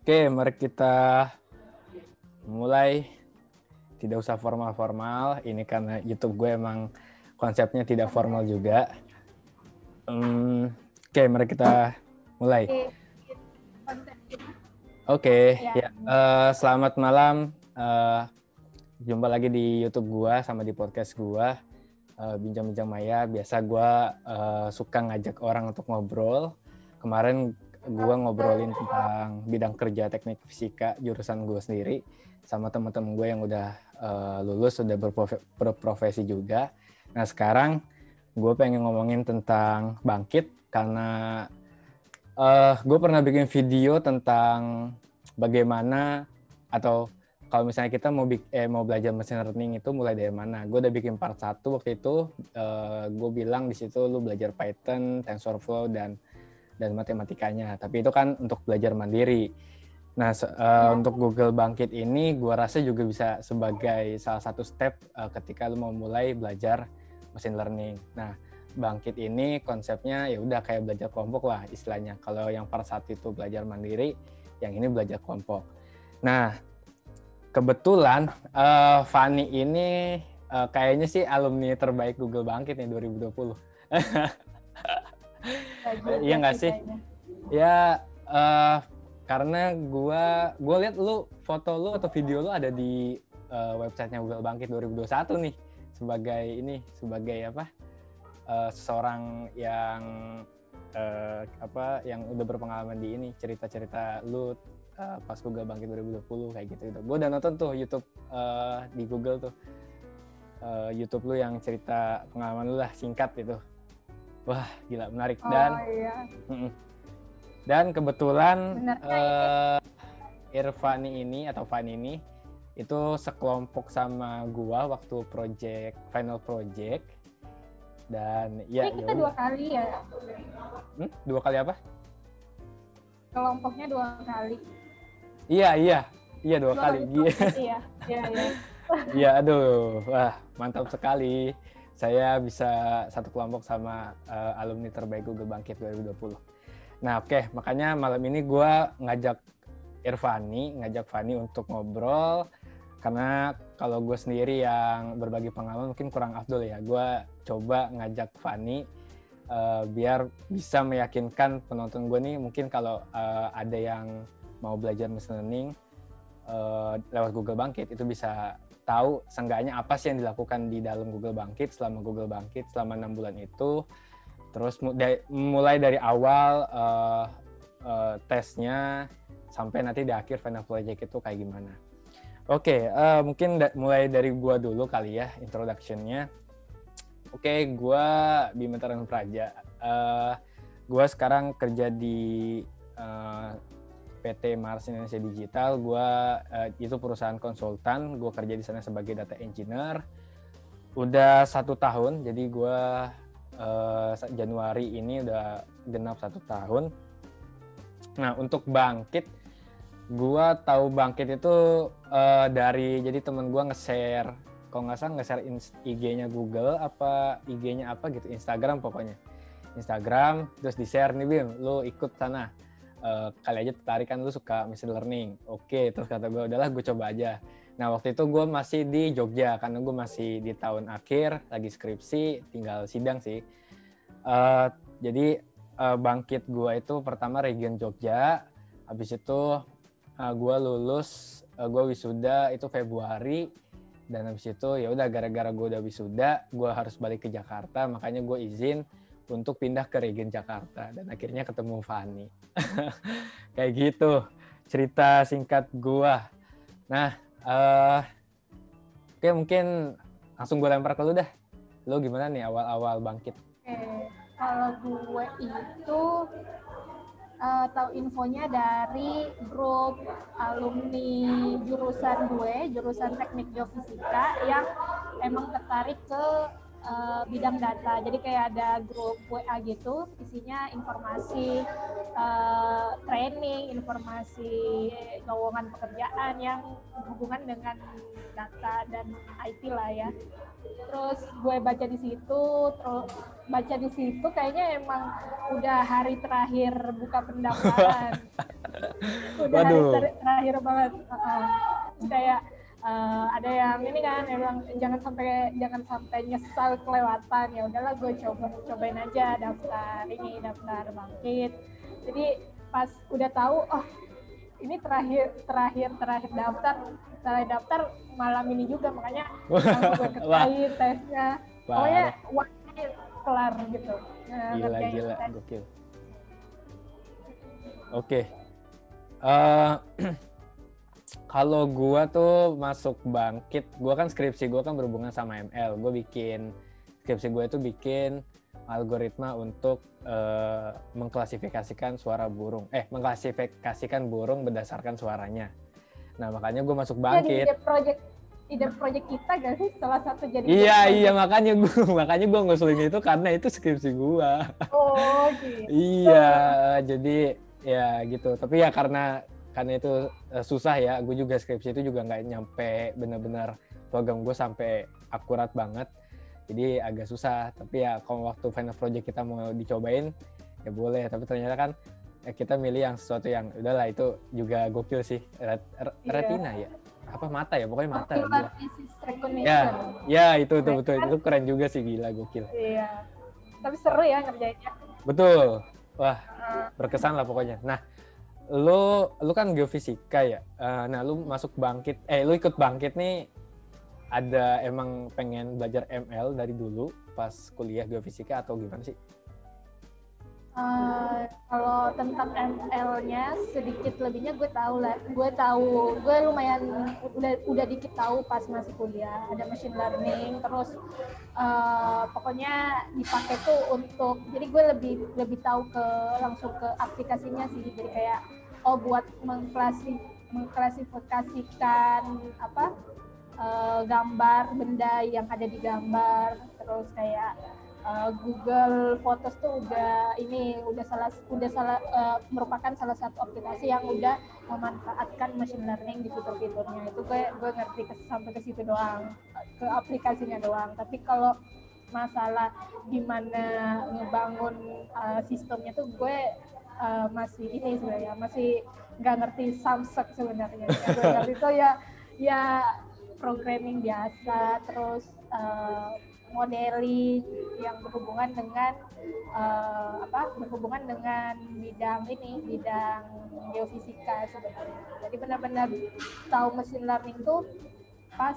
Oke, mari kita mulai. Tidak usah formal-formal. Ini karena YouTube gue emang konsepnya tidak formal juga. Oke, mari kita mulai. Oke, ya. Selamat malam. Jumpa lagi di YouTube gue sama di podcast gue. Bincang-bincang Maya. Biasa gue suka ngajak orang untuk ngobrol. Kemarin gue ngobrolin tentang bidang kerja teknik fisika jurusan gue sendiri sama teman-teman gue yang udah lulus, sudah berprofesi juga. Nah sekarang gue pengen ngomongin tentang bangkit karena gue pernah bikin video tentang bagaimana atau kalau misalnya kita mau belajar machine learning itu mulai dari mana. Gue udah bikin part 1 waktu itu. Gue bilang di situ lu belajar Python, TensorFlow dan matematikanya. Tapi itu kan untuk belajar mandiri. Nah, untuk Google Bangkit ini gue rasa juga bisa sebagai salah satu step ketika lu mau mulai belajar machine learning. Nah, Bangkit ini konsepnya ya udah kayak belajar kelompok lah istilahnya. Kalau yang part 1 itu belajar mandiri, yang ini belajar kelompok. Nah, kebetulan Fani ini kayaknya sih alumni terbaik Google Bangkit nih 2020. Iya nggak sih? Ya karena gue lihat lu foto lu atau video lu ada di websitenya Google Bangkit 2021 nih sebagai apa? Seseorang yang yang udah berpengalaman di ini, cerita-cerita lu pas Google Bangkit 2020 kayak gitu. Gue udah nonton tuh YouTube di Google tuh YouTube lu yang cerita pengalaman lu lah singkat itu. Wah gila menarik dan kebetulan Irfani ini atau Fani ini itu sekelompok sama gua waktu final project dan ya kita 2 kali ya. 2 kali apa? Kelompoknya 2 kali. Iya 2 kali. Iya. Iya, aduh, wah mantap sekali. Saya bisa satu kelompok sama alumni terbaik Google Bangkit 2020. Nah oke, makanya malam ini gue ngajak Fani untuk ngobrol. Karena kalau gue sendiri yang berbagi pengalaman mungkin kurang afdol ya. Gue coba ngajak Fani biar bisa meyakinkan penonton gue nih. Mungkin kalau ada yang mau belajar machine learning lewat Google Bangkit itu bisa tahu seenggaknya apa sih yang dilakukan di dalam Google Bangkit selama 6 bulan itu. Terus mulai dari awal tesnya sampai nanti di akhir final project itu kayak gimana. Oke, mungkin mulai dari gua dulu kali ya introduction-nya. Oke, gua Bima Taran Praja. Gua sekarang kerja di PT Mars Indonesia Digital. Gua itu perusahaan konsultan. Gua kerja di sana sebagai data engineer. Udah 1 tahun, jadi gua Januari ini udah genap 1 tahun. Nah untuk Bangkit, gua tahu Bangkit itu jadi temen gua nge-share, kalau nggak salah nge-share IG-nya Google apa IG-nya apa gitu, Instagram pokoknya. Instagram terus di-share nih Bim, lu ikut sana. Kali aja tertarik kan, lu suka machine learning. Oke, terus kata gue udahlah gue coba aja. Nah waktu itu gue masih di Jogja karena gue masih di tahun akhir lagi skripsi, tinggal sidang sih. Jadi Bangkit gue itu pertama region Jogja, habis itu gue lulus, gue wisuda itu Februari, dan habis itu ya udah gara-gara gue udah wisuda, gue harus balik ke Jakarta, makanya gue izin untuk pindah ke region Jakarta dan akhirnya ketemu Fani. Kayak gitu cerita singkat gua. Nah, oke mungkin langsung gue lempar ke lu dah. Lu gimana nih awal-awal Bangkit? Kalau gue itu tahu infonya dari grup alumni jurusan teknik geofisika yang emang tertarik ke bidang data. Jadi kayak ada grup WA gitu, isinya informasi training, informasi lowongan pekerjaan yang berhubungan dengan data dan IT lah ya. Terus gue baca di situ kayaknya emang udah hari terakhir buka pendaftaran. Udah hari Waduh. terakhir banget. Terus kayak ada yang ini kan yang bilang jangan sampai nyesal kelewatan. Ya udahlah gue cobain aja daftar Bangkit. Jadi pas udah tahu ini terakhir daftar malam ini juga, makanya langsung gue kerjain tesnya. Pokoknya kelar gitu. Gila, gokil. Oke. Kalau gua tuh masuk Bangkit, gua kan skripsi gua kan berhubungan sama ML. Skripsi gua itu bikin algoritma untuk mengklasifikasikan burung berdasarkan suaranya. Nah, makanya gua masuk Bangkit. Ide project kita gak sih salah satu jadi Iya makanya gue ngusulin itu karena itu skripsi gue. Oh gitu. Iya, jadi ya gitu. Tapi ya karena itu susah ya, gue juga skripsi itu juga nggak nyampe benar-benar program gue sampai akurat banget. Jadi agak susah. Tapi ya kalau waktu final project kita mau dicobain ya boleh. Tapi ternyata kan kita milih yang sesuatu yang udahlah itu juga gokil sih. Retina ya. Apa mata ya, pokoknya mata ya itu betul itu keren juga sih, gila gokil. Iya, tapi seru ya ngerjainnya. Betul, wah berkesan lah pokoknya. Nah lu kan geofisika ya, nah lu masuk Bangkit, lu ikut Bangkit nih, ada emang pengen belajar ML dari dulu pas kuliah geofisika atau gimana sih? Kalau tentang ML-nya sedikit lebihnya gue lumayan udah dikit tahu pas masih kuliah. Ada machine learning, terus pokoknya dipakai tuh untuk, jadi gue lebih tahu langsung ke aplikasinya sih. Jadi kayak buat mengklasifikasikan gambar benda yang ada di gambar, terus kayak Google Photos tuh merupakan salah satu aplikasi yang udah memanfaatkan machine learning di fitur-fiturnya. Itu gue ngerti sampai ke situ doang, ke aplikasinya doang. Tapi kalau masalah gimana ngebangun sistemnya tuh gue masih sebenarnya masih nggak ngerti samsek sebenarnya. Yang gue ngerti itu ya programming biasa, terus modeling yang berhubungan dengan bidang geofisika sebenarnya. Jadi benar-benar tahu machine learning tuh pas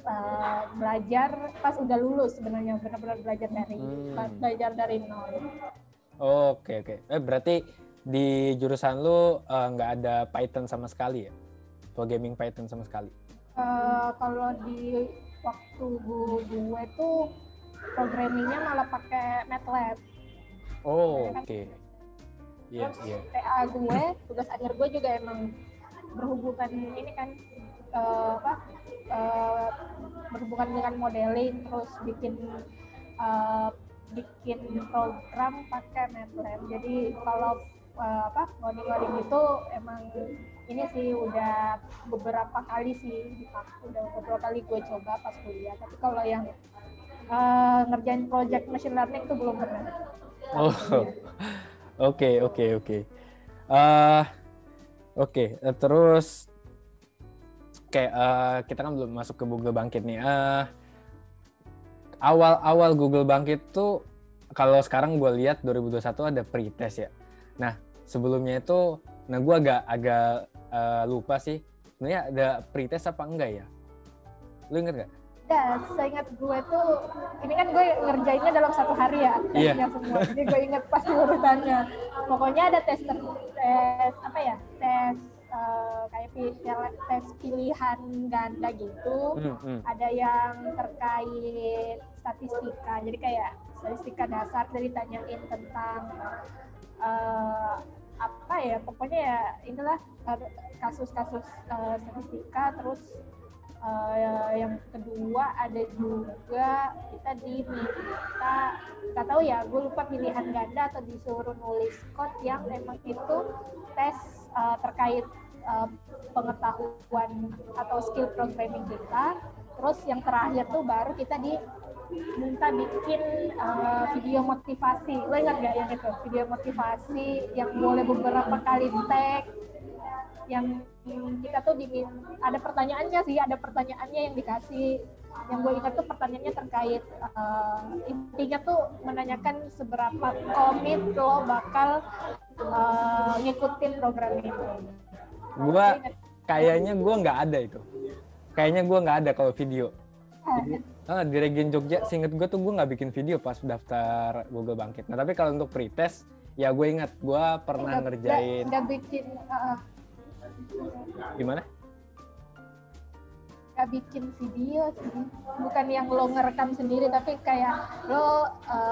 udah lulus sebenarnya, benar-benar belajar dari nol. Oke. Berarti di jurusan lu nggak ada Python sama sekali ya? Programming Python sama sekali? Kalau di waktu gue tuh programmingnya malah pakai MATLAB. Oke. Iya. TA gue, tugas akhir gue juga emang berhubungan ini kan berhubungan dengan modeling, terus bikin program pakai MATLAB. Jadi kalau coding itu emang ini sih udah beberapa kali gue coba pas kuliah. Tapi kalau yang ngerjain project machine learning itu belum pernah. Oke. Terus kita kan belum masuk ke Google Bangkit nih. Awal Google Bangkit tuh kalau sekarang gue lihat 2021 ada pre-test ya. Nah sebelumnya itu, gue agak lupa sih. Sebenarnya ada pre-test apa enggak ya? Lu inget nggak? Ya, seingat gue tuh, ini kan gue ngerjainnya dalam satu hari ya, tesnya semua. Jadi gue inget pasti urutannya. Pokoknya ada tes kayak tes pilihan ganda gitu. Ada yang terkait statistika. Jadi kayak statistika dasar, jadi ditanyain tentang pokoknya ya inilah kasus-kasus statistika. Terus yang kedua ada juga kita nggak tahu ya, gue lupa pilihan ganda atau disuruh nulis code yang emang itu tes terkait pengetahuan atau skill programming kita. Terus yang terakhir tuh baru kita diminta bikin video motivasi. Lo ingat gak yang itu? Video motivasi yang boleh beberapa kali tag. yang kita tuh ada pertanyaannya sih, ada pertanyaannya yang dikasih. Yang gue ingat tuh pertanyaannya terkait intinya tuh menanyakan seberapa komit lo bakal ngikutin program ini. Kayaknya gue nggak ada itu. Kayaknya gue nggak ada kalau video. Di Regen Jogja, seinget gue tuh gue nggak bikin video pas daftar Google Bangkit. Nah tapi kalau untuk pretest, ya gue ingat gue pernah ngerjain. Nggak bikin. Gimana? Nggak bikin video sih, bukan yang lo ngerekam sendiri, tapi kayak lo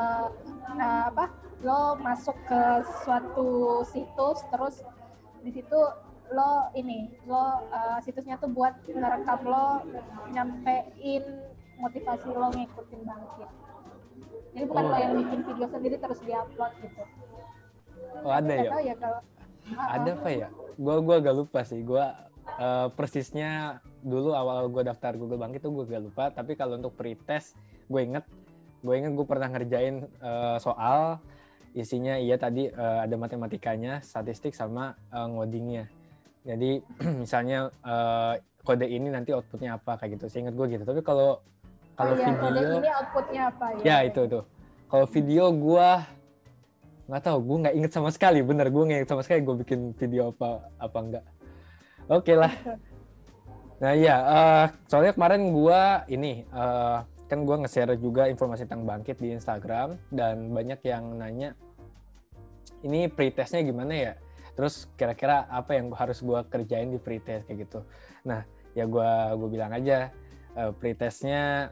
lo masuk ke suatu situs, terus di situ lo situsnya tuh buat ngerekam lo nyampein motivasi lo ngikutin Bangkit. Jadi bukan lo yang bikin video sendiri terus diupload gitu. Oh ada ya? Tahu ya kalau ada apa ya? Gue agak lupa sih. Gue persisnya dulu awal gue daftar Google Bangkit tuh gue agak lupa. Tapi kalau untuk pretest, gue inget gue pernah ngerjain soal isinya tadi ada matematikanya, statistik sama ngodingnya. Jadi misalnya kode ini nanti outputnya apa kayak gitu. Seingat gue gitu. Tapi kalau video kode ini outputnya apa ya? Ya itu tuh. Kalau video gue nggak tahu, gue nggak inget sama sekali. Bener, gue nggak inget sama sekali gue bikin video apa enggak. Oke lah. Nah iya, soalnya kemarin gue kan gue nge-share juga informasi tentang Bangkit di Instagram dan banyak yang nanya ini pretestnya gimana ya? Terus kira-kira apa yang harus gue kerjain di pretest kayak gitu. Nah ya gue bilang aja pretestnya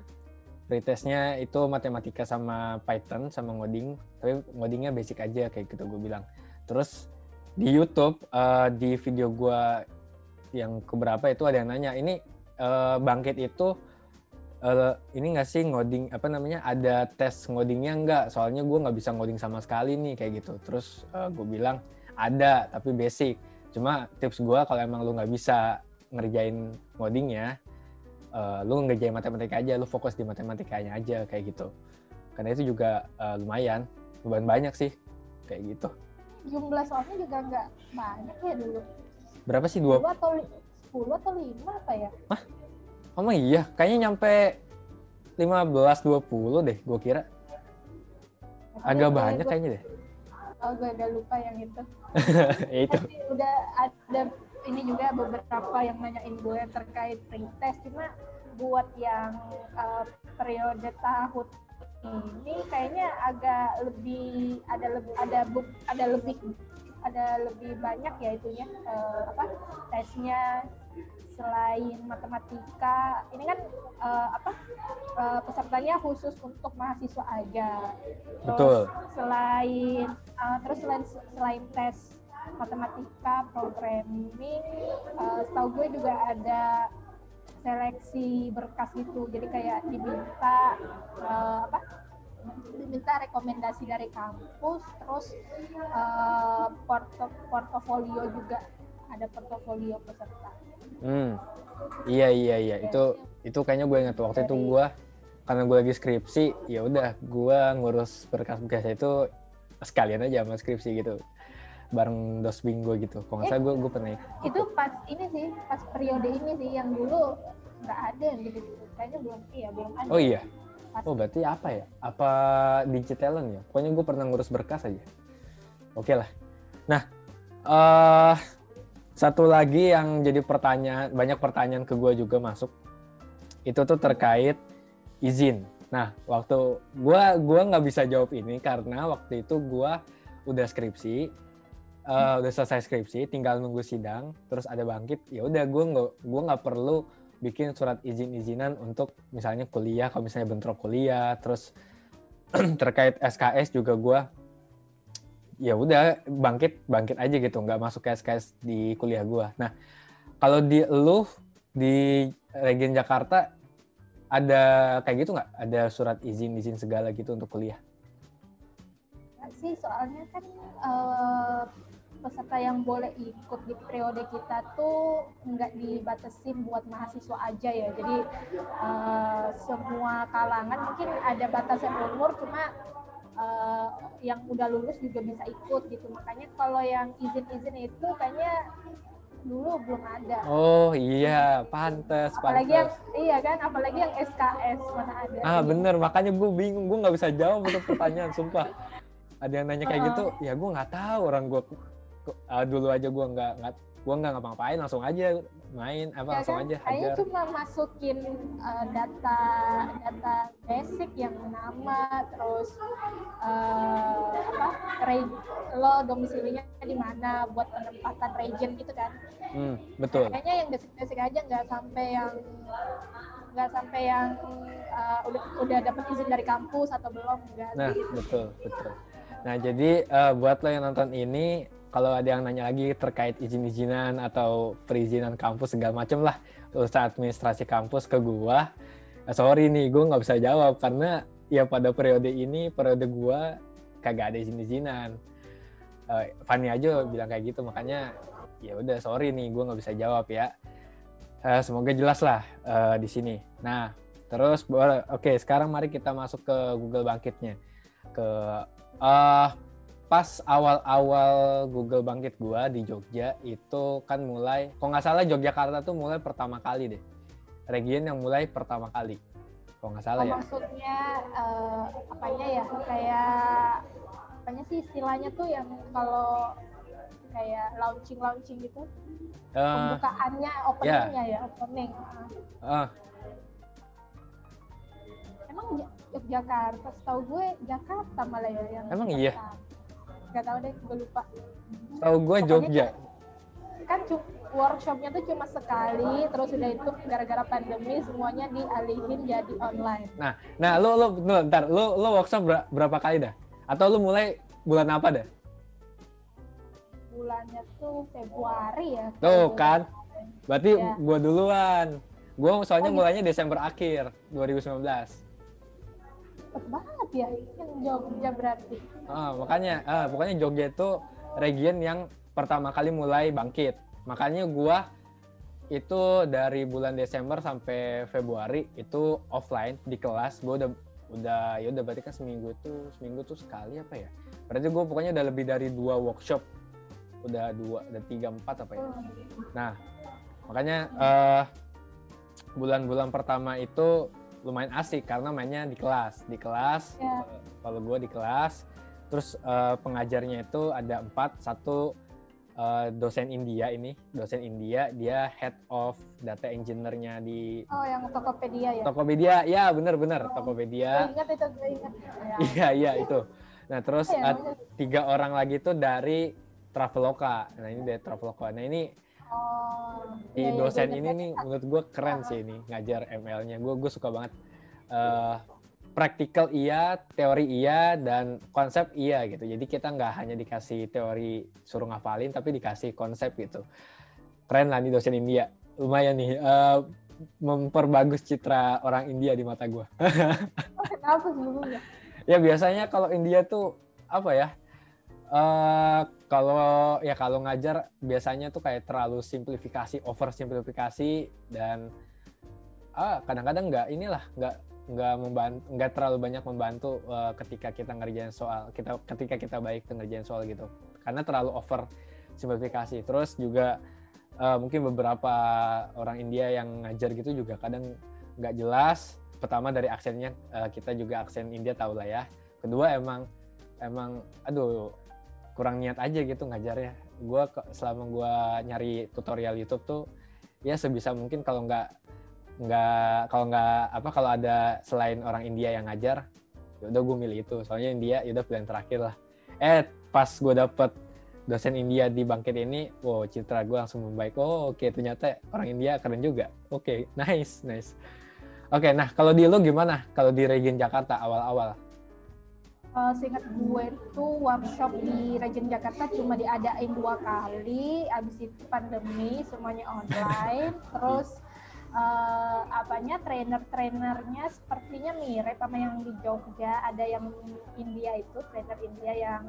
itu matematika sama Python sama ngoding, tapi ngodingnya basic aja kayak gitu gue bilang. Terus di YouTube di video gue yang keberapa itu ada yang nanya ini Bangkit itu ini nggak sih ngoding ada tes ngodingnya nggak? Soalnya gue nggak bisa ngoding sama sekali nih kayak gitu. Terus gue bilang ada tapi basic. Cuma tips gue kalau emang lu nggak bisa ngerjain ngodingnya, lu ngerjain matematika aja, lu fokus di matematikanya aja kayak gitu. Karena itu juga lumayan, beban banyak sih kayak gitu. Jumlah soalnya juga nggak banyak ya dulu. Berapa sih? 10 atau 5 apa ya? Hah? Oh iya, kayaknya nyampe 15-20 deh, gue kira. Agak banyak kayaknya deh. Oh, gue agak lupa yang itu. Itu. Tapi udah ada ini juga beberapa yang nanyain gue terkait pretest, cuma buat yang periode tahun ini kayaknya agak lebih ada lebih banyak ya itunya tesnya. Selain matematika ini kan pesertanya khusus untuk mahasiswa aja. Betul. Selain tes matematika, programming, setahu gue juga ada seleksi berkas gitu. Jadi kayak diminta rekomendasi dari kampus, terus portofolio juga, ada portofolio peserta. Iya. Itu kayaknya gue ingat waktu itu gue karena gue lagi skripsi, ya udah gue ngurus berkas-berkas itu sekalian aja sama skripsi gitu. Bareng dosbing gue gitu. Kalau nggak salah gue pernah ikut. Itu pas periode ini sih, yang dulu nggak ada gitu. Kayaknya belum ada. Oh iya. Oh berarti apa ya? Apa digitalan ya? Pokoknya gue pernah ngurus berkas aja. Oke lah. Nah, satu lagi yang jadi banyak pertanyaan ke gue juga masuk. Itu tuh terkait izin. Nah, waktu gue nggak bisa jawab ini karena waktu itu gue udah skripsi, udah selesai skripsi, tinggal nunggu sidang, terus ada Bangkit. Ya udah gue nggak perlu bikin surat izin-izinan untuk misalnya kuliah, kalau misalnya bentrok kuliah, terus terkait SKS juga gue ya udah bangkit aja gitu, nggak masuk ke SKS di kuliah gue. Nah kalau di Regen Jakarta ada kayak gitu nggak? Ada surat izin segala gitu untuk kuliah? Nggak sih, soalnya kan peserta yang boleh ikut di periode kita tuh nggak dibatasin buat mahasiswa aja ya. Jadi semua kalangan, mungkin ada batasan umur, cuma yang udah lulus juga bisa ikut gitu. Makanya kalau yang izin itu kayaknya dulu belum ada. Oh iya, pantes. Apalagi yang iya kan, apalagi yang SKS mana ada. Bener, makanya gue bingung, gue nggak bisa jawab untuk pertanyaan, sumpah. Ada yang nanya kayak gitu, ya gue nggak tahu, orang gue dulu aja gue nggak ngapa-ngapain, langsung aja main Ya langsung kan? aja Kayaknya hajar. cuma masukin data basic yang nama, terus lo domisilinya di mana buat penempatan region gitu kan. Betul. Kayaknya yang basic-basic aja, nggak sampai yang udah dapat izin dari kampus atau belum, enggak. Nah, gitu. betul. Nah, jadi buat lo yang nonton ini, kalau ada yang nanya lagi terkait izin-izinan atau perizinan kampus segala macem lah, urusan administrasi kampus ke gua, sorry nih, gua nggak bisa jawab karena ya pada periode gua kagak ada izin-izinan. Fanny aja bilang kayak gitu, makanya ya udah sorry nih, gua nggak bisa jawab ya. Semoga jelas lah di sini. Nah, terus oke, sekarang mari kita masuk ke Google Bangkitnya. Pas awal-awal Google Bangkit gua di Jogja itu kan mulai, kalau nggak salah Yogyakarta tuh mulai pertama kali deh, region yang mulai pertama kali, kalau nggak salah ya. Maksudnya apanya ya, kayak apanya sih istilahnya tuh yang kalau kayak launching gitu, pembukaannya, openingnya ya, opening. Emang Yogyakarta, setahu gue Jakarta malah ya yang. Emang iya? Gak tahu deh, gue lupa. Tahu gue Jogja. Kan workshopnya tuh cuma sekali, terus udah itu gara-gara pandemi semuanya dialihin jadi online. Nah, lo workshop berapa kali dah? Atau lo mulai bulan apa dah? Bulannya tuh Februari ya. Tuh kan, berarti ya. Gue duluan. Gue soalnya mulainya Desember akhir 2019. Cepet banget ya, yang Jogja berarti. Makanya, pokoknya Jogja itu region yang pertama kali mulai bangkit. Makanya gue itu dari bulan Desember sampai Februari itu offline di kelas. Gue udah berarti kan seminggu tuh sekali apa ya? Berarti gue pokoknya udah lebih dari 2 workshop. Udah 3, 4 apa ya? Nah, makanya bulan-bulan pertama itu lumayan asik karena mainnya di kelas. Yeah. Kalau gue di kelas, terus pengajarnya itu ada 4. Satu dosen India, dia head of data engineer-nya di yang Tokopedia ya? Tokopedia, ya bener Tokopedia. Gue ingat. Iya itu. Nah terus 3 orang lagi tuh dari Traveloka. Nah ini dari Traveloka. Nah ini dosen ini nih menurut gue keren sih ini ngajar ML-nya. Gue suka banget. Praktikal iya, teori iya, dan konsep iya gitu. Jadi kita nggak hanya dikasih teori suruh ngafalin, tapi dikasih konsep gitu. Keren lah nih dosen India. Lumayan nih memperbagus citra orang India di mata gue. Kenapa sebelumnya? Ya biasanya kalau India tuh apa ya? Kalau ngajar biasanya tuh kayak terlalu simplifikasi, oversimplifikasi, dan kadang-kadang nggak terlalu banyak membantu ketika kita ngerjain soal, ketika kita baik ngerjain soal gitu, karena terlalu over simplifikasi. Terus juga mungkin beberapa orang India yang ngajar gitu juga kadang nggak jelas. Pertama dari aksennya, kita juga aksen India tahu lah ya. Kedua emang kurang niat aja gitu ngajarnya. Selama gue nyari tutorial YouTube tuh ya sebisa mungkin kalau ada selain orang India yang ngajar, yaudah gue milih itu. Soalnya India yaudah pilihan terakhir lah. Pas gue dapet dosen India di Bangkit ini, wow, citra gue langsung membaik. Oke, ternyata orang India keren juga. Oke, nice. Oke, nah kalau di lu gimana? Kalau di region Jakarta awal-awal? Seingat gue tuh workshop di region Jakarta cuma diadain 2 kali, abis itu pandemi semuanya online. Terus trainer-trainernya sepertinya mirip sama yang di Jogja. Ada yang India itu, trainer India yang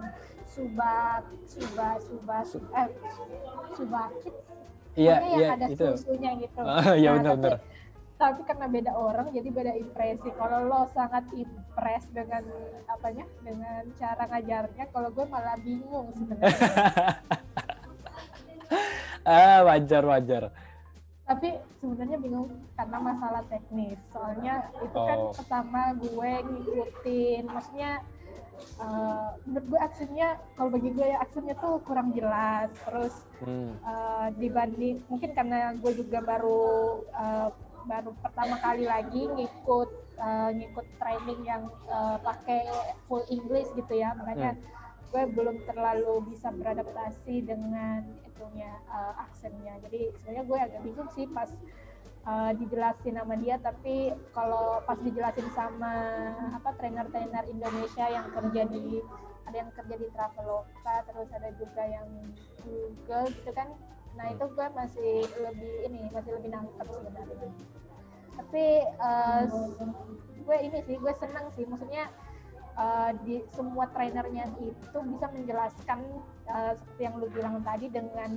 Subakit. Iya, yang ada itu. susunya gitu. Iya benar. Tapi karena beda orang jadi beda impresi. Kalau lo sangat impress dengan dengan cara ngajarnya, kalau gue malah bingung sebenarnya. Wajar. Tapi sebenarnya bingung karena masalah teknis. Soalnya itu kan pertama gue ngikutin, maksudnya menurut gue aksennya, kalau bagi gue ya aksennya tuh kurang jelas. Terus dibanding, mungkin karena gue juga baru pertama kali lagi ngikut training yang pakai full English gitu ya, makanya gue belum terlalu bisa beradaptasi dengan itunya aksennya. Jadi sebenarnya gue agak bingung sih pas dijelasin sama dia, tapi kalau pas dijelasin sama trainer-trainer Indonesia yang ada yang kerja di Traveloka, terus ada juga yang Google gitu kan. Nah itu gue masih lebih nangkep sebenarnya. Tapi gue senang sih, maksudnya di semua trainernya itu bisa menjelaskan seperti yang lu bilang tadi dengan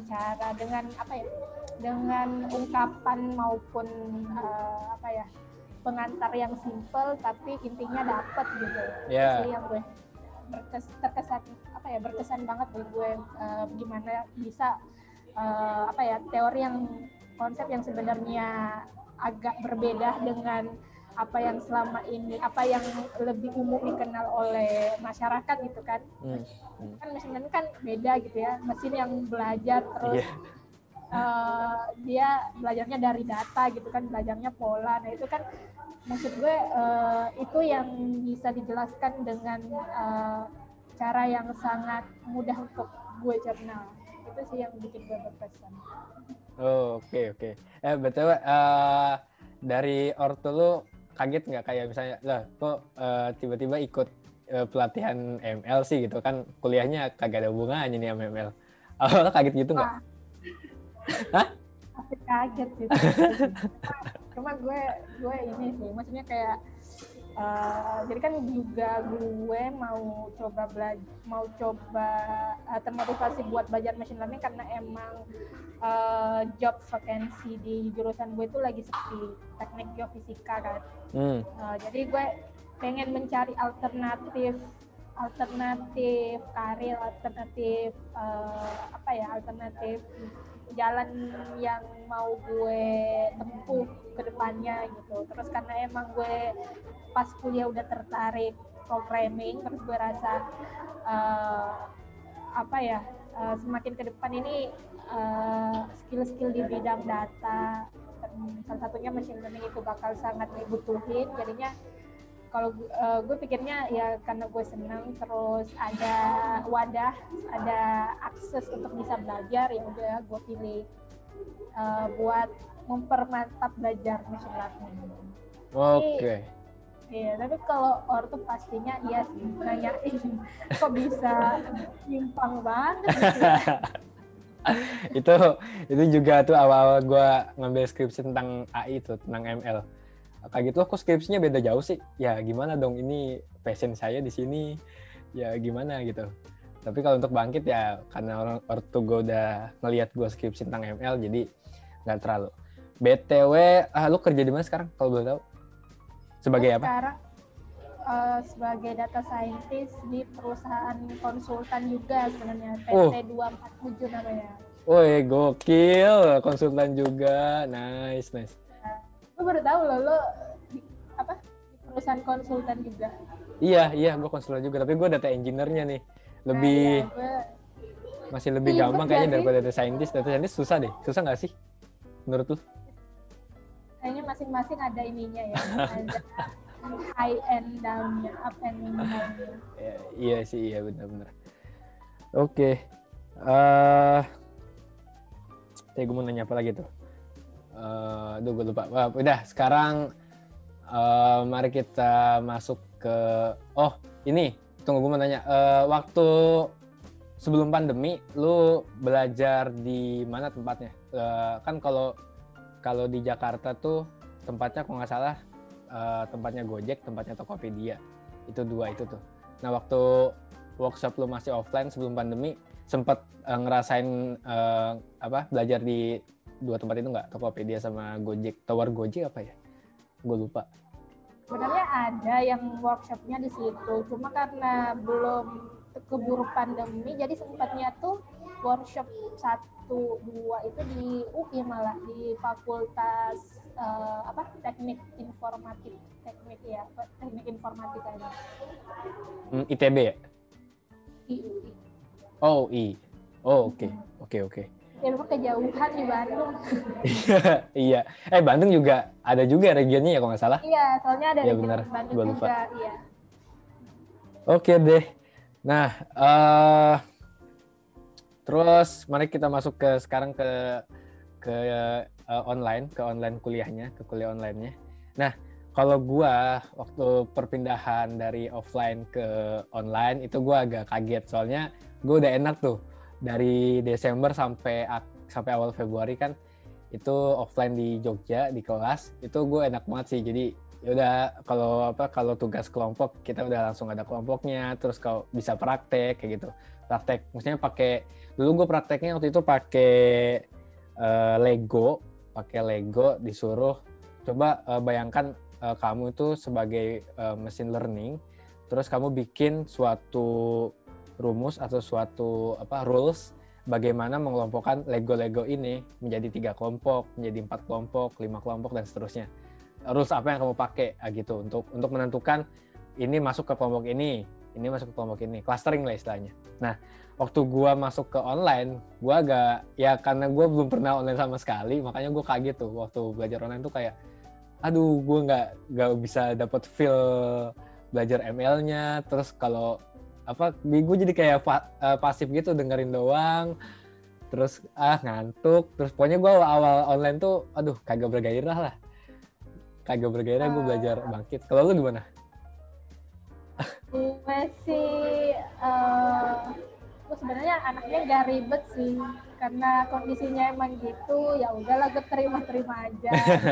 ungkapan maupun pengantar yang simple tapi intinya dapat gitu. Yeah. Itu yang gue berkesan banget buat gue, gimana bisa teori konsep yang sebenarnya agak berbeda dengan apa yang selama ini, apa yang lebih umum dikenal oleh masyarakat gitu kan. Kan mesin learning kan beda gitu ya, mesin yang belajar terus dia belajarnya dari data gitu kan, belajarnya pola. Nah itu kan maksud gue itu yang bisa dijelaskan dengan cara yang sangat mudah untuk gue cerna. Itu sih yang bikin gue berkesan. Oke. Betul. Dari ortu lu kaget nggak kayak misalnya lah kok tiba-tiba ikut pelatihan ML sih gitu kan, kuliahnya kagak ada hubungannya nih sama ML. Awalnya kaget gitu nggak? Hah? Pasti kaget sih. Cuma gue ini sih, maksudnya kayak jadi kan juga gue mau coba termotivasi buat belajar machine learning karena emang job vacancy di jurusan gue itu lagi sepi, teknik geofisika kan. Jadi gue pengen mencari alternatif karir, alternatif jalan yang mau gue tempuh ke depannya gitu. Terus karena emang gue pas kuliah udah tertarik programming, terus gue rasa semakin ke depan ini skill-skill di bidang data, salah satunya machine learning itu bakal sangat dibutuhin. Jadinya kalau gue pikirnya ya karena gue senang, terus ada wadah, ada akses untuk bisa belajar, ya udah gue pilih buat mempermantap belajar machine learning. Oke. Iya, tapi kalau ortu pastinya iya sih, nanyain kok bisa nyimpang banget gitu ya. itu juga tuh awal-awal gue ngambil skripsi tentang AI itu, tentang ML. Kayak gitu, kok skripsinya beda jauh sih? Ya gimana dong, ini passion saya di sini, ya gimana gitu. Tapi kalau untuk bangkit ya karena orang ortu gue udah ngelihat gue skripsi tentang ML, jadi nggak terlalu. BTW, lu kerja di mana sekarang kalau boleh tahu? Sebagai apa? Sekarang sebagai data scientist di perusahaan konsultan juga sebenarnya, PT 247 namanya. Woi, gokil, konsultan juga, nice. Lu baru tahu lo di perusahaan konsultan juga? Iya, gue konsultan juga, tapi gue data engineer-nya nih, lebih masih lebih gampang kayaknya daripada data scientist. Data scientist susah nggak sih menurut lu? Kayaknya masing-masing ada ininya ya, ada high and down-nya, up and down-nya. Iya sih, iya benar-benar. Oke. Gue mau nanya apa lagi tuh? Gue lupa. Udah, sekarang mari kita masuk ke ini. Tunggu, gue mau nanya. Waktu sebelum pandemi, lu belajar di mana tempatnya? Kan kalau di Jakarta tuh tempatnya kalau nggak salah tempatnya Gojek, tempatnya Tokopedia. Itu dua itu tuh. Nah, waktu workshop lu masih offline sebelum pandemi, sempat ngerasain belajar di dua tempat itu nggak? Tokopedia sama Gojek. Tower Gojek apa ya? Gue lupa. Sebenarnya ada yang workshopnya di situ, cuma karena belum keburu pandemi, jadi sempatnya tuh workshop 1-2 itu di UI, malah di Fakultas teknik informatika ini. ITB ya? Di UI. Oh, oke. Ya memang kejauhan di Bandung. Iya. Bandung juga ada juga regionnya ya kalau nggak salah. Iya, soalnya ada region benar. Bandung juga. Iya. Oke deh. Nah, terus mari kita masuk sekarang ke online kuliahnya, ke kuliah online-nya. Nah, kalau gua waktu perpindahan dari offline ke online itu gua agak kaget, soalnya gua udah enak tuh dari Desember sampai awal Februari kan itu offline di Jogja di kelas, itu gue enak banget sih. Jadi yaudah kalau tugas kelompok kita udah langsung ada kelompoknya, terus kalau bisa praktek kayak gitu. Praktek maksudnya dulu gue prakteknya waktu itu pakai Lego disuruh coba bayangkan kamu itu sebagai machine learning, terus kamu bikin suatu rumus atau suatu rules bagaimana mengelompokkan Lego ini menjadi 3 kelompok, menjadi 4 kelompok, 5 kelompok dan seterusnya. Rules apa yang kamu pakai gitu untuk menentukan ini masuk ke kelompok ini masuk ke kelompok ini, clustering lah istilahnya. Nah, waktu gua masuk ke online, gua agak karena gua belum pernah online sama sekali, makanya gua kaget tuh waktu belajar online tuh kayak aduh, gua nggak bisa dapat feel belajar ML-nya. Terus kalau gue jadi kayak pasif gitu, dengerin doang, terus ngantuk. Terus pokoknya gue awal online tuh aduh kagak bergairah gue belajar bangkit. Kalau lu gimana? Gue sih gue sebenarnya anaknya gak ribet sih, karena kondisinya emang gitu, ya udahlah gue terima aja.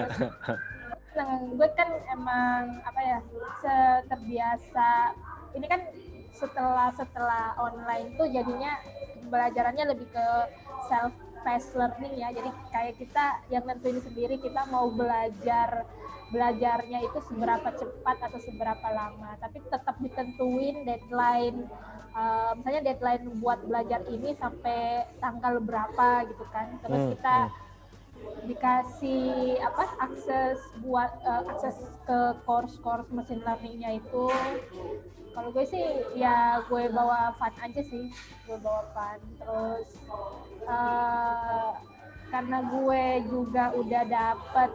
Gue kan emang terbiasa ini kan setelah online tuh jadinya pembelajarannya lebih ke self-paced learning ya. Jadi kayak kita yang nentuin sendiri kita mau belajarnya itu seberapa cepat atau seberapa lama. Tapi tetap ditentuin deadline, misalnya deadline buat belajar ini sampai tanggal berapa gitu kan. Terus kita dikasih akses ke course machine learning-nya itu. Kalau gue sih ya gue bawa fun aja sih, terus karena gue juga udah dapet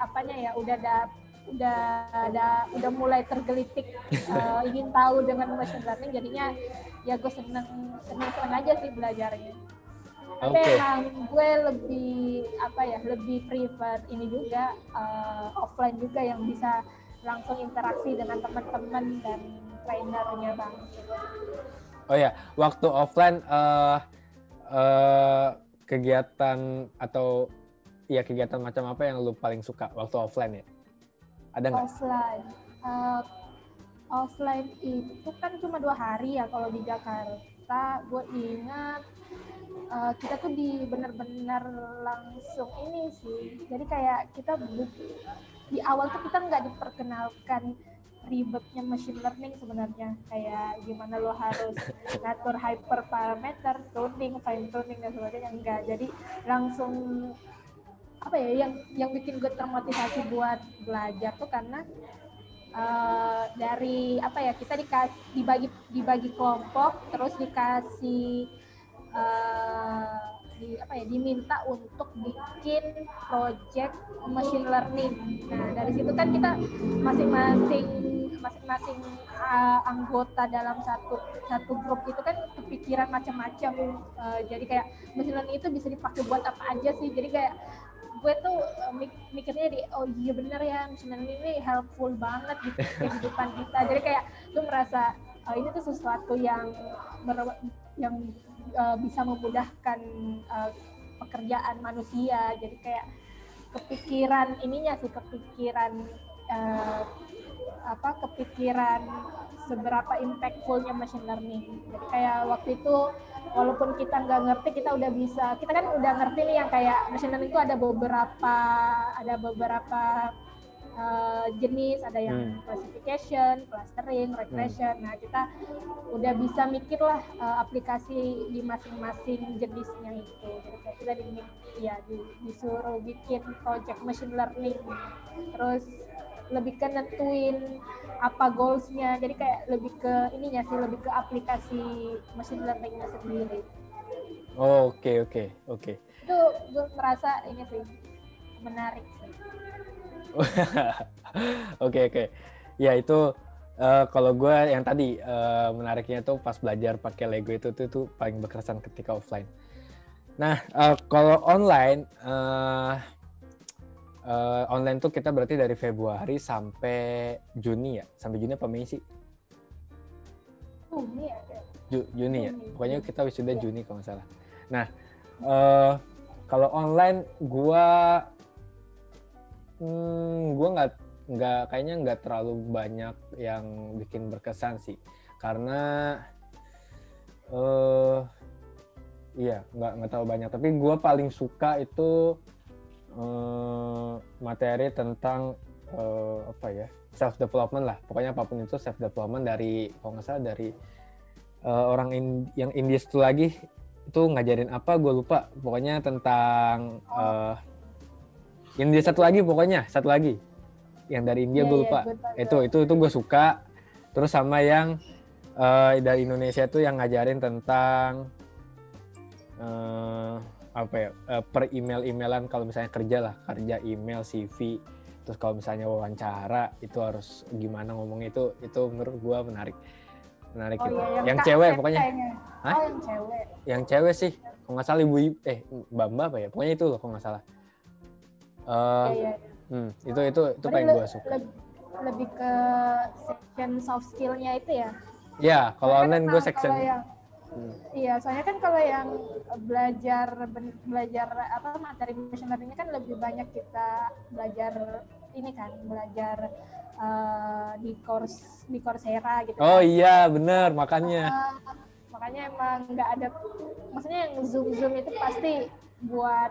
udah mulai tergelitik ingin tahu dengan machine learning, jadinya ya gue seneng aja sih belajarnya. Tapi emang gue lebih prefer ini juga offline juga yang bisa langsung interaksi dengan teman-teman dan trainernya Bang. Oh ya, waktu offline kegiatan atau kegiatan macam apa yang lu paling suka waktu offline ya? Ada nggak? Offline itu kan cuma 2 hari ya kalau di Jakarta. Gue ingat kita tuh benar-benar langsung ini sih. Jadi kayak kita di awal tuh kita nggak diperkenalkan ribetnya machine learning sebenarnya, kayak gimana lo harus ngatur hyperparameter, tuning, fine tuning dan sebagainya, enggak. Jadi langsung yang bikin gue termotivasi buat belajar tuh karena dari kita dibagi kelompok, terus dikasih diminta untuk bikin project machine learning. Nah, dari situ kan kita masing-masing anggota dalam satu grup itu kan kepikiran macam-macam. Jadi kayak machine learning itu bisa dipakai buat apa aja sih. Jadi kayak gue tuh mikirnya iya bener ya, machine learning ini helpful banget di kehidupan kita. Jadi kayak tuh merasa ini tuh sesuatu yang bisa memudahkan pekerjaan manusia. Jadi kayak kepikiran seberapa impactfulnya machine learning. Jadi kayak waktu itu walaupun kita nggak ngerti, kita kan udah ngerti nih yang kayak machine learning itu ada beberapa jenis, ada yang classification, clustering, regression. Nah, kita udah bisa mikir lah aplikasi di masing-masing jenisnya itu. Jadi kayak kita disuruh bikin project machine learning, terus lebih ke nentuin apa goals-nya. Jadi kayak lebih ke ininya sih, lebih ke aplikasi machine learning-nya sendiri. Oh, oke. Itu gue merasa ini sih menarik sih. Oke. Ya itu kalau gue yang tadi menariknya tuh pas belajar pakai Lego itu paling berkesan ketika offline. Nah kalau online online tuh kita berarti dari Februari sampai Juni ya, sampai Juni apa Mei sih? Juni ya. Pokoknya kita wisuda Juni kalau nggak salah. Nah kalau online gue kayaknya nggak terlalu banyak yang bikin berkesan sih, karena nggak terlalu banyak. Tapi gue paling suka itu materi tentang self development lah. Pokoknya apapun itu self development dari kalau nggak salah dari orang yang India itu lagi itu ngajarin apa gue lupa. Pokoknya tentang India satu lagi yang dari India gue lupa. Itu gue suka. Terus sama yang dari Indonesia tuh yang ngajarin tentang per email-emailan kalau misalnya kerja email, CV. Terus kalau misalnya wawancara itu harus gimana ngomong itu menurut gue menarik gitu. Yang cewek pokoknya. Hah? Yang cewek. Yang cewek sih. Kalau nggak salah Mbak apa ya? Pokoknya itu loh kalau nggak salah. Itu paling gue suka. Lebih ke section soft skill-nya itu ya? Ya, kalau online gue section. Iya, soalnya kan kalau yang belajar materi machine learning kan lebih banyak kita belajar di Coursera gitu. Oh iya, benar, makanya Emang nggak ada, maksudnya yang Zoom itu pasti buat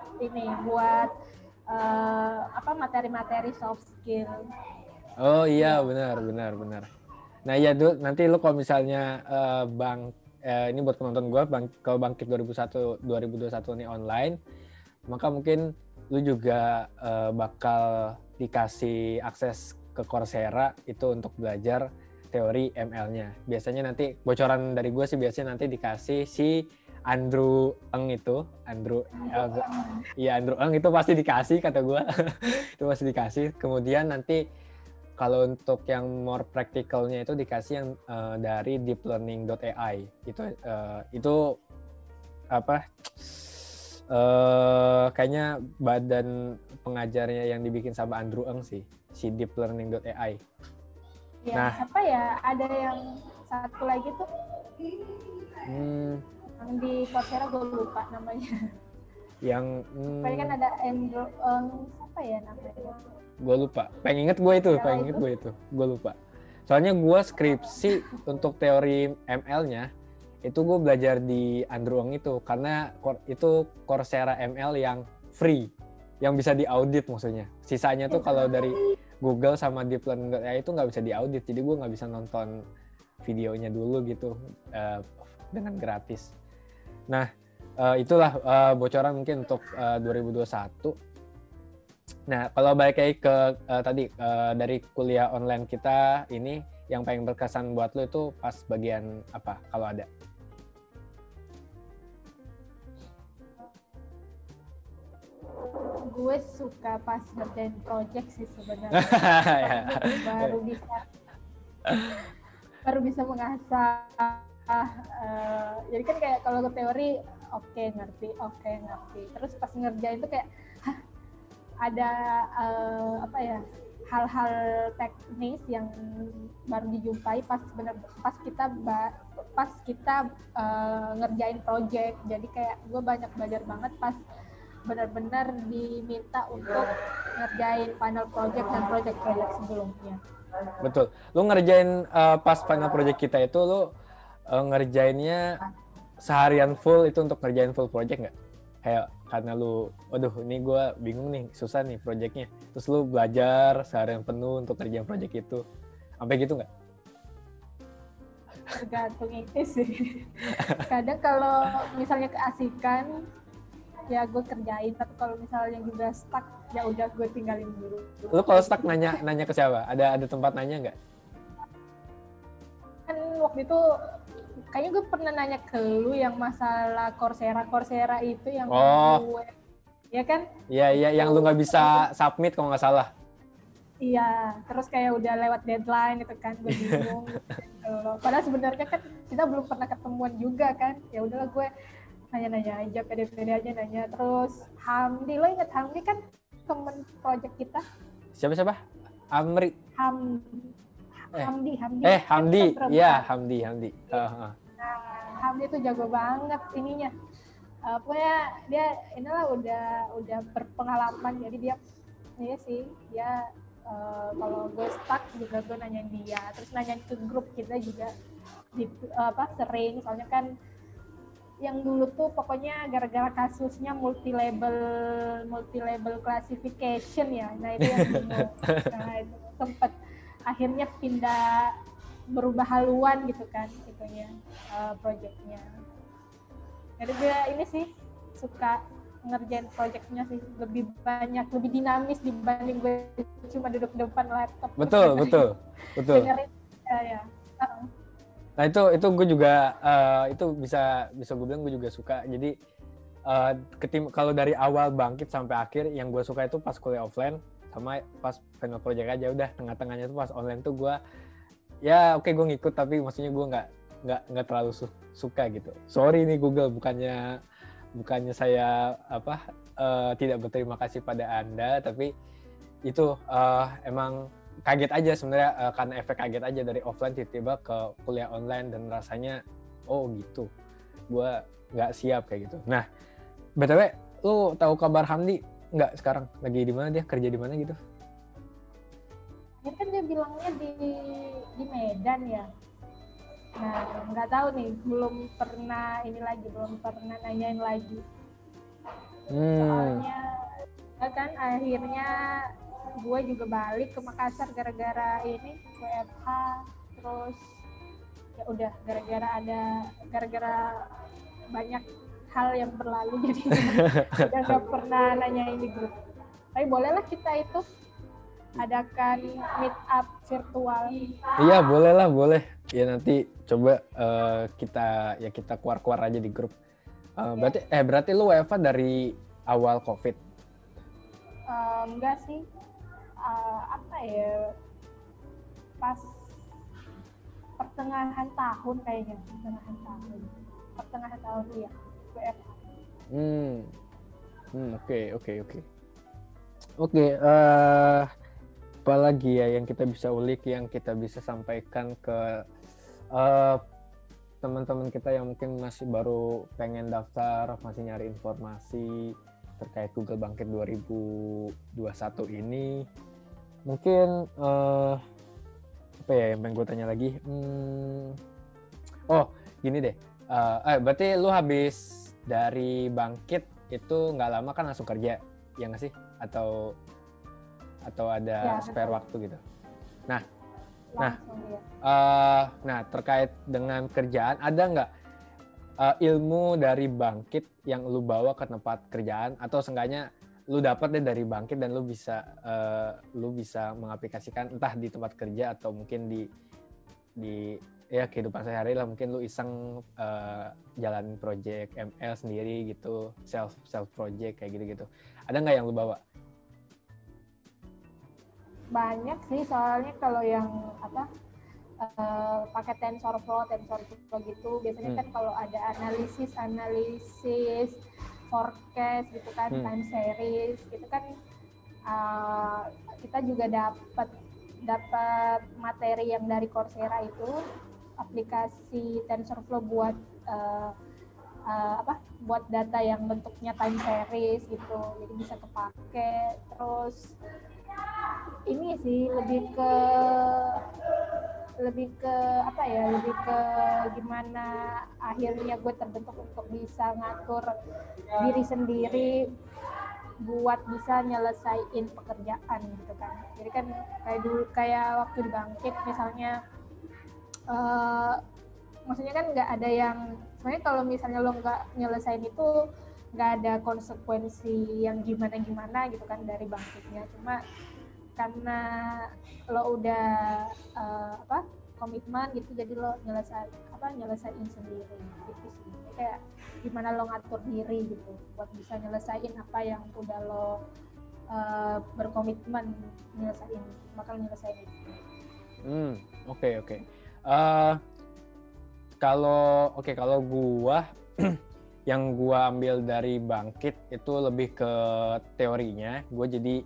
materi-materi soft skill. Oh iya, benar. Nah ya nanti lu kalau misalnya ini buat penonton gue, kalau Bangkit 2021 ini online, maka mungkin lu juga bakal dikasih akses ke Coursera itu untuk belajar teori ML-nya. Biasanya nanti bocoran dari gue sih biasanya nanti dikasih si Andrew Ng itu, Andrew Ng itu pasti dikasih kata gue. Itu pasti dikasih. Kemudian nanti kalau untuk yang more practical-nya itu dikasih yang dari deeplearning.ai. Itu kayaknya badan pengajarnya yang dibikin sama Andrew Ng sih, si deeplearning.ai. Ya, nah, apa ya? Ada yang satu lagi tuh. Yang di Coursera gue lupa namanya. Yang paling kan ada Andrew Ng, apa ya namanya? Gue lupa. Pengen inget gue itu. Gue lupa. Soalnya gue skripsi untuk teori ML-nya itu gue belajar di Andrew Ng itu karena itu Coursera ML yang free, yang bisa diaudit maksudnya. Sisanya tuh kalau dari Google sama deeplearning.ai itu nggak bisa diaudit, jadi gue nggak bisa nonton videonya dulu gitu dengan gratis. Nah itulah bocoran mungkin untuk 2021. Nah kalau balik lagi ke tadi dari kuliah online kita ini, yang paling berkesan buat lo itu pas bagian apa kalau ada? Gue suka pas ngerjain project sih sebenarnya. baru bisa mengasah. Jadi kan kayak kalau ke teori oke ngerti. Terus pas ngerjain tuh kayak ada hal-hal teknis yang baru dijumpai pas kita ngerjain project. Jadi kayak gue banyak belajar banget pas benar-benar diminta untuk ngerjain final project dan project sebelumnya. Betul. Lu ngerjain pas final project kita itu lu ngerjainnya seharian full itu untuk ngerjain full project nggak? kayak karena lu, waduh ini gue bingung nih, susah nih projectnya, terus lu belajar seharian penuh untuk kerjaan project itu, sampai gitu nggak? Tergantung itu sih. Kadang kalau misalnya keasikan ya gue kerjain, tapi kalau misalnya juga stuck ya udah gue tinggalin dulu. Lu kalau stuck nanya ke siapa? Ada tempat nanya nggak? Kan waktu itu kayaknya gue pernah nanya ke lu yang masalah Coursera itu yang gue, ya kan? Iya, yang lu nggak bisa submit kalau nggak salah. Iya, terus kayak udah lewat deadline itu kan, gue bingung. Padahal sebenarnya kan kita belum pernah ketemuan juga kan. Ya udahlah gue nanya-nanya aja, pede-pede aja nanya. Terus Hamdi, lo inget Hamdi kan temen project kita? Siapa? Amri. Hamdi. Hamdi. Iya, Hamdi. Nah, Hamdi tuh jago banget ininya. Pokoknya dia inilah udah berpengalaman, jadi dia kalau gue stuck juga gue nanyain dia, terus nanyain ke grup kita juga sering, soalnya kan yang dulu tuh pokoknya gara-gara kasusnya multi label classification ya, nah itu yang bingung. Nah itu sempet akhirnya pindah, berubah haluan gitu kan itunya, projectnya. Jadi gue ini sih suka ngerjain projectnya sih, lebih banyak, lebih dinamis dibanding gue cuma duduk depan laptop. Betul. Dengerin, ya. Nah itu gue juga itu bisa gue bilang gue juga suka. Jadi kalau dari awal bangkit sampai akhir, yang gue suka itu pas kuliah offline sama pas final project aja. Udah tengah-tengahnya tuh pas online tuh gue ya oke, gue ngikut, tapi maksudnya gue nggak terlalu suka gitu. Sorry nih Google, bukannya saya tidak berterima kasih pada Anda, tapi itu emang kaget aja sebenarnya, karena efek kaget aja dari offline tiba-tiba ke kuliah online, dan rasanya oh gitu, gue nggak siap kayak gitu. Nah, BTW, lu tahu kabar Hamdi nggak sekarang? Lagi di mana dia? Kerja di mana gitu? Ini kan dia bilangnya di Medan ya. Nah, nggak tahu nih, belum pernah nanyain lagi. Soalnya kan akhirnya gue juga balik ke Makassar gara-gara ini WFH, terus ya udah gara-gara banyak hal yang berlalu, jadi udah nggak pernah nanyain di grup. Tapi bolehlah kita itu adakan meet up virtual. Iya, boleh. Ya nanti coba kita keluar aja di grup. Berarti lu WFH dari awal COVID? Enggak sih. Pas pertengahan tahun kayaknya. Pertengahan tahun ya. WFH. Oke. Apalagi ya yang kita bisa ulik, yang kita bisa sampaikan ke teman-teman kita yang mungkin masih baru pengen daftar, masih nyari informasi terkait Google Bangkit 2021 ini. Mungkin apa ya yang pengen gue tanya lagi? Gini deh. Berarti lu habis dari Bangkit itu nggak lama kan langsung kerja, ya nggak sih? Atau ada spare waktu gitu? Nah, terkait dengan kerjaan, ada nggak ilmu dari Bangkit yang lu bawa ke tempat kerjaan, atau seenggaknya lu dapat deh dari Bangkit dan lu bisa mengaplikasikan entah di tempat kerja atau mungkin di ya kehidupan sehari-hari lah, mungkin lu iseng jalanin project ML sendiri gitu, self project kayak gitu. Ada nggak yang lu bawa? Banyak sih, soalnya kalau yang pakai TensorFlow gitu biasanya kan kalau ada analisis forecast gitu kan, time series gitu kan, kita juga dapat materi yang dari Coursera itu, aplikasi TensorFlow buat buat data yang bentuknya time series gitu, jadi bisa kepake. Terus ini sih lebih ke lebih ke apa ya, lebih ke gimana akhirnya gue terbentuk untuk bisa ngatur diri sendiri buat bisa nyelesain pekerjaan gitu kan. Jadi kan kayak dulu, kayak waktu di Bangkit misalnya, maksudnya kan nggak ada yang, sebenarnya kalau misalnya lo nggak nyelesain itu nggak ada konsekuensi yang gimana gitu kan dari Bangkitnya. Cuma karena lo udah komitmen gitu, jadi lo nyelesain sendiri gitu sih. Kayak gimana lo ngatur diri gitu buat bisa nyelesain apa yang udah lo berkomitmen bakal nyelesain itu. Oke. Kalau gua yang gua ambil dari Bangkit itu lebih ke teorinya. Gua jadi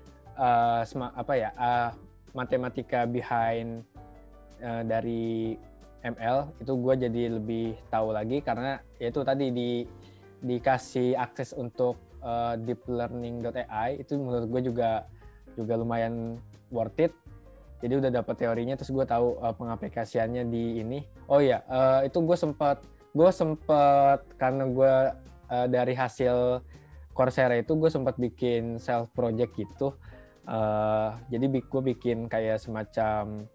matematika behind dari ML itu gue jadi lebih tahu lagi, karena itu tadi dikasih akses untuk deeplearning.ai, itu menurut gue juga lumayan worth it. Jadi udah dapat teorinya, terus gue tahu pengaplikasiannya di ini. Itu gue sempat karena gue dari hasil Coursera itu gue sempat bikin self project gitu. Jadi gue bikin kayak semacam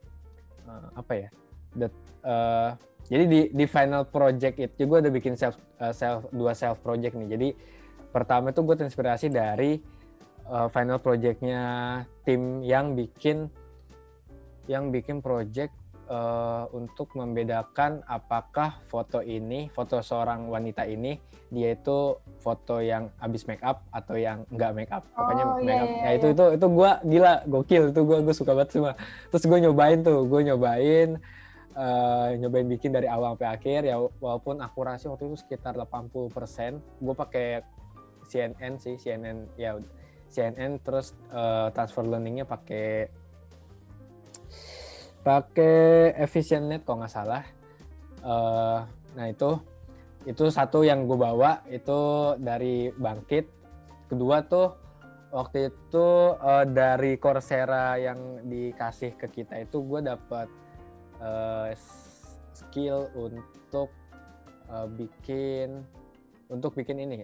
jadi di final project itu gue udah bikin dua self project nih. Jadi pertama itu gue terinspirasi dari final projectnya tim yang bikin project untuk membedakan apakah foto seorang wanita ini dia itu foto yang habis make up atau yang enggak make up. Pokoknya make up. Iya. Itu gue gila, gokil, itu gue suka banget semua. Terus gue nyobain bikin dari awal sampai akhir ya, walaupun akurasi waktu itu sekitar 80%. Gue pakai CNN terus transfer learningnya pakai EfficientNet kalau nggak salah. Nah itu satu yang gue bawa itu dari Bangkit. Kedua tuh waktu itu dari Coursera yang dikasih ke kita itu gue dapat skill untuk bikin ini.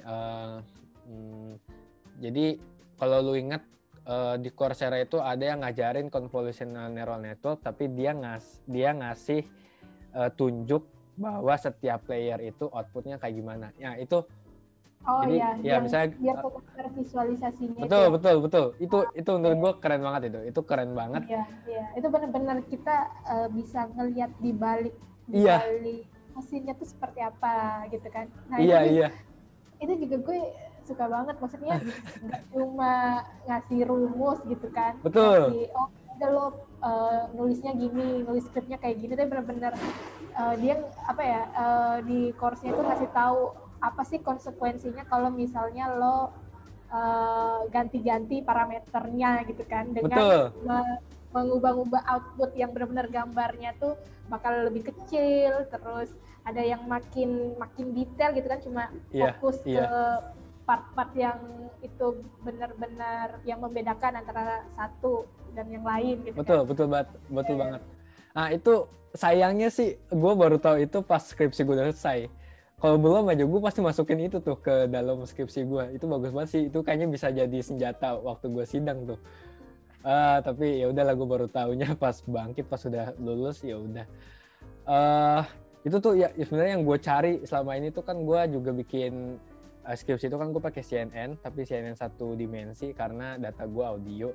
Jadi kalau lu ingat di Coursera itu ada yang ngajarin convolutional neural network, tapi dia ngasih tunjuk bahwa setiap layer itu outputnya kayak gimana. Ya itu. Misalnya biar visualisasinya. Betul. Itu menurut gue keren banget itu. Itu keren banget. Iya. Itu benar-benar kita bisa ngelihat di balik mesinnya tuh seperti apa gitu kan. Nah, itu juga gue suka banget, maksudnya nggak cuma ngasih rumus gitu kan. Betul. Udah lo nulisnya gini, nulis skripnya kayak gini, tapi benar-benar dia di course-nya itu ngasih tahu apa sih konsekuensinya kalau misalnya lo ganti-ganti parameternya gitu kan, dengan mengubah-ubah output yang benar-benar gambarnya tuh bakal lebih kecil, terus ada yang makin detail gitu kan, cuma fokus ke part-part yang itu benar-benar yang membedakan antara satu dan yang lain gitu. Betul banget. Nah itu sayangnya sih gue baru tahu itu pas skripsi gue udah selesai. Kalau belum aja gue pasti masukin itu tuh ke dalam skripsi gue. Itu bagus banget sih. Itu kayaknya bisa jadi senjata waktu gue sidang tuh. Tapi ya udahlah, gue baru taunya pas Bangkit, pas sudah lulus ya udah. Itu tuh ya sebenarnya yang gue cari selama ini tuh kan, gue juga bikin skripsi itu kan gue pakai CNN, tapi CNN 1 dimensi karena data gue audio.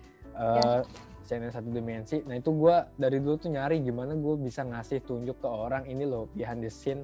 CNN 1 dimensi. Nah itu gue dari dulu tuh nyari gimana gue bisa ngasih tunjuk ke orang ini loh behind the scene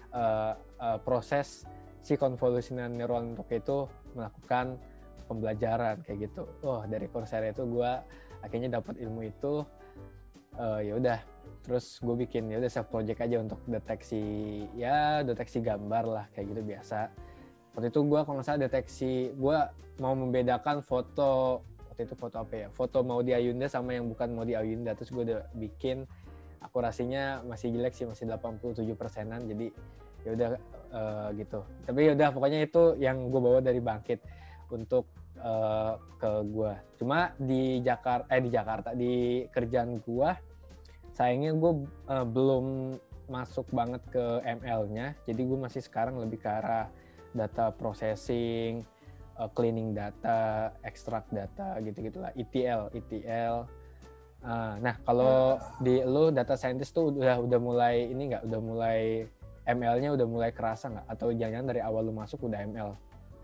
proses si convolutional neural network itu melakukan pembelajaran kayak gitu. Dari Coursera itu gue akhirnya dapat ilmu itu. Ya udah, terus gue bikin ya udah self project aja untuk deteksi gambar lah kayak gitu biasa. Waktu itu gue kalau nggak salah deteksi, gue mau membedakan foto, waktu itu foto apa ya, foto mau di Ayunda sama yang bukan mau di Ayunda. Terus gue udah bikin, akurasinya masih jelek sih, masih 87%-an, jadi ya udah gitu. Tapi ya udah pokoknya itu yang gue bawa dari Bangkit untuk ke gue. Cuma di Jakarta di kerjaan gue sayangnya gue belum masuk banget ke ML-nya, jadi gue masih sekarang lebih ke arah data processing, cleaning data, extract data, gitu-gitulah, ETL. Nah, kalau di lu data scientist tuh udah mulai ini nggak, udah mulai ML-nya udah mulai kerasa nggak? Atau jangan dari awal lu masuk udah ML?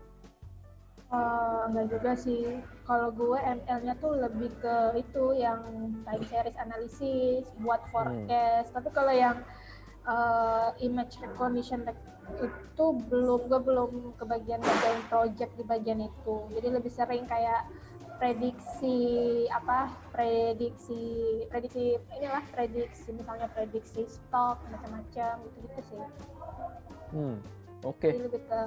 Enggak juga sih. Kalau gue ML-nya tuh lebih ke itu yang time series analysis, buat forecast. Tapi kalau yang image recognition itu gue belum kebagian bagian project di bagian itu. Jadi lebih sering kayak prediksi misalnya prediksi stok macam-macam gitu sih. Oke. Jadi lebih ke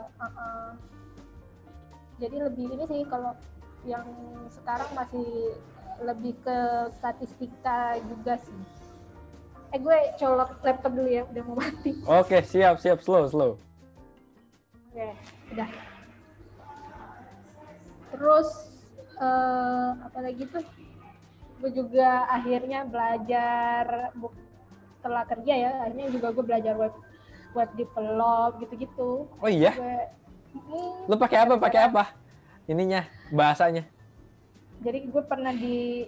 jadi lebih ini sih, kalau yang sekarang masih lebih ke statistika juga sih. Gue colok laptop dulu ya, udah mau mati. Oke, siap, slow. Oke, udah. Terus apa lagi tuh? Gue juga akhirnya belajar setelah kerja ya, akhirnya juga gue belajar web develop gitu-gitu. Oh iya? Lu pakai apa? Ininya, bahasanya? Jadi gue pernah di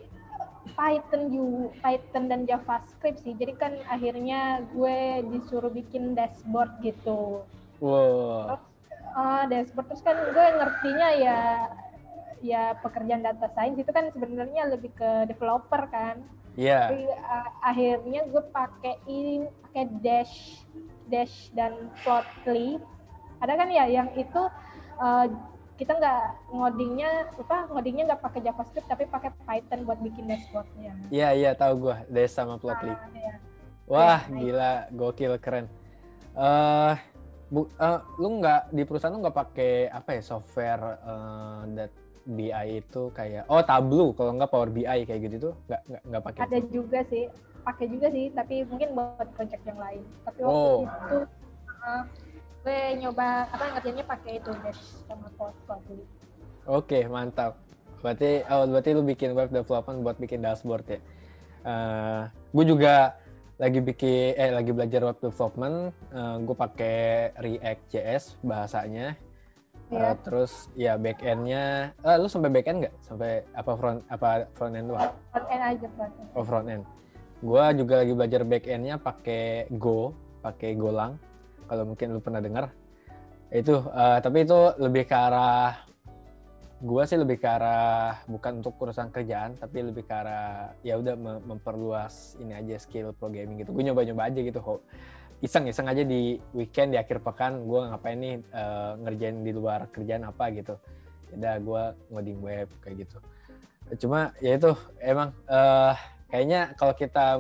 Python dan JavaScript sih. Jadi kan akhirnya gue disuruh bikin dashboard gitu. Wow. Dashboard, terus kan gue ngertinya ya pekerjaan data science itu kan sebenarnya lebih ke developer kan. Iya. Jadi akhirnya gue pakai Dash dan Plotly. Ada kan ya yang itu kita ngodingnya nggak pakai JavaScript tapi pakai Python buat bikin dashboardnya. Iya tahu gue, Dash sama Plotly. Ya. Wah, gila, gokil, keren. Lu nggak di perusahaan lu nggak pakai software BI itu kayak Tableau, kalau nggak Power BI kayak gitu tuh nggak pakai? Ada juga sih, pakai juga sih, tapi mungkin buat project yang lain. Tapi waktu itu gue nyoba ngerjainnya pakai itu Dash sama Plotly. Oke, mantap. Berarti lu bikin web development buat bikin dashboard ya. Gue juga lagi belajar web development. Gue pakai React.js bahasanya. Terus ya backend-nya, lu sampai backend nggak? Sampai front end doang? Front end aja. Front end. Gue juga lagi belajar backend-nya pakai Golang. Kalau mungkin lu pernah dengar. Itu tapi itu lebih ke arah bukan untuk urusan kerjaan, tapi lebih ke arah ya udah memperluas ini aja, skill programming gitu. Gue nyoba aja gitu kok. Iseng aja di weekend, di akhir pekan gue ngapain nih, ngerjain di luar kerjaan apa gitu. Udah gue ngoding web kayak gitu. Cuma ya itu emang kayaknya kalau kita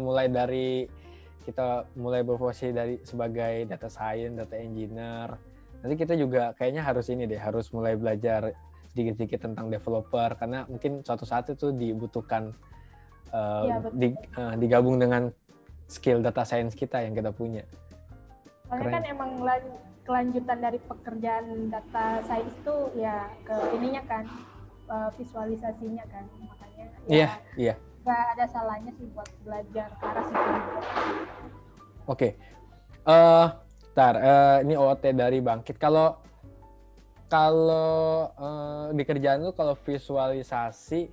mulai berprofesi sebagai data science, data engineer, nanti kita juga kayaknya harus mulai belajar sedikit-sedikit tentang developer, karena mungkin suatu saat itu dibutuhkan digabung dengan skill data science kita yang kita punya. Soalnya kan emang kelanjutan dari pekerjaan data science itu ya ke ininya kan, visualisasinya kan, makanya Iya. Nggak ada salahnya sih buat belajar ke arah situ. Oke. Ini OOT dari Bangkit. Kalau di kerjaan lu, kalau visualisasi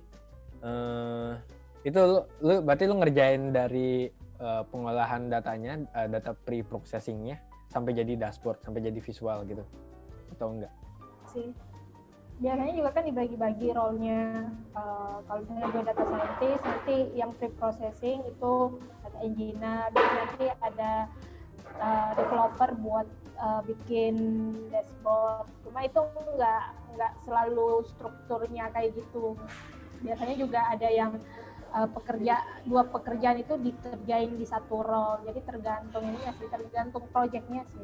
itu lu berarti lu ngerjain dari pengolahan datanya, data pre-processingnya sampai jadi dashboard, sampai jadi visual gitu, atau enggak? Sih. Biasanya juga kan dibagi-bagi role-nya. Kalau misalnya gue data scientist, nanti yang pre-processing itu data engineer, nanti ada developer buat bikin dashboard. Cuma itu nggak selalu strukturnya kayak gitu. Biasanya juga ada yang dua pekerjaan itu dikerjain di satu role. Jadi tergantung project-nya sih.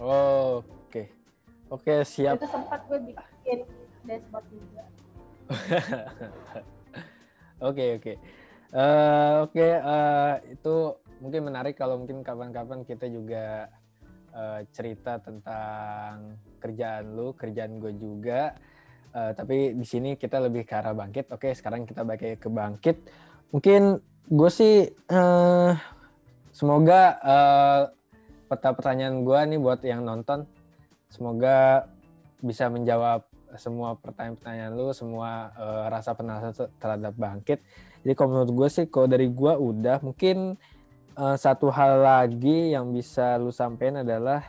Oke, siap. Itu sempat gue bikin dashboard juga. Oke. Itu mungkin menarik kalau mungkin kapan-kapan kita juga cerita tentang kerjaan gue juga. Tapi di sini kita lebih ke arah Bangkit. Oke, sekarang kita balik ke Bangkit. Mungkin gue sih semoga pertanyaan gue nih buat yang nonton, semoga bisa menjawab semua pertanyaan-pertanyaan lu, semua rasa penasaran terhadap Bangkit. Jadi kalau menurut gue sih, kalau dari gue udah, mungkin satu hal lagi yang bisa lu sampaikan adalah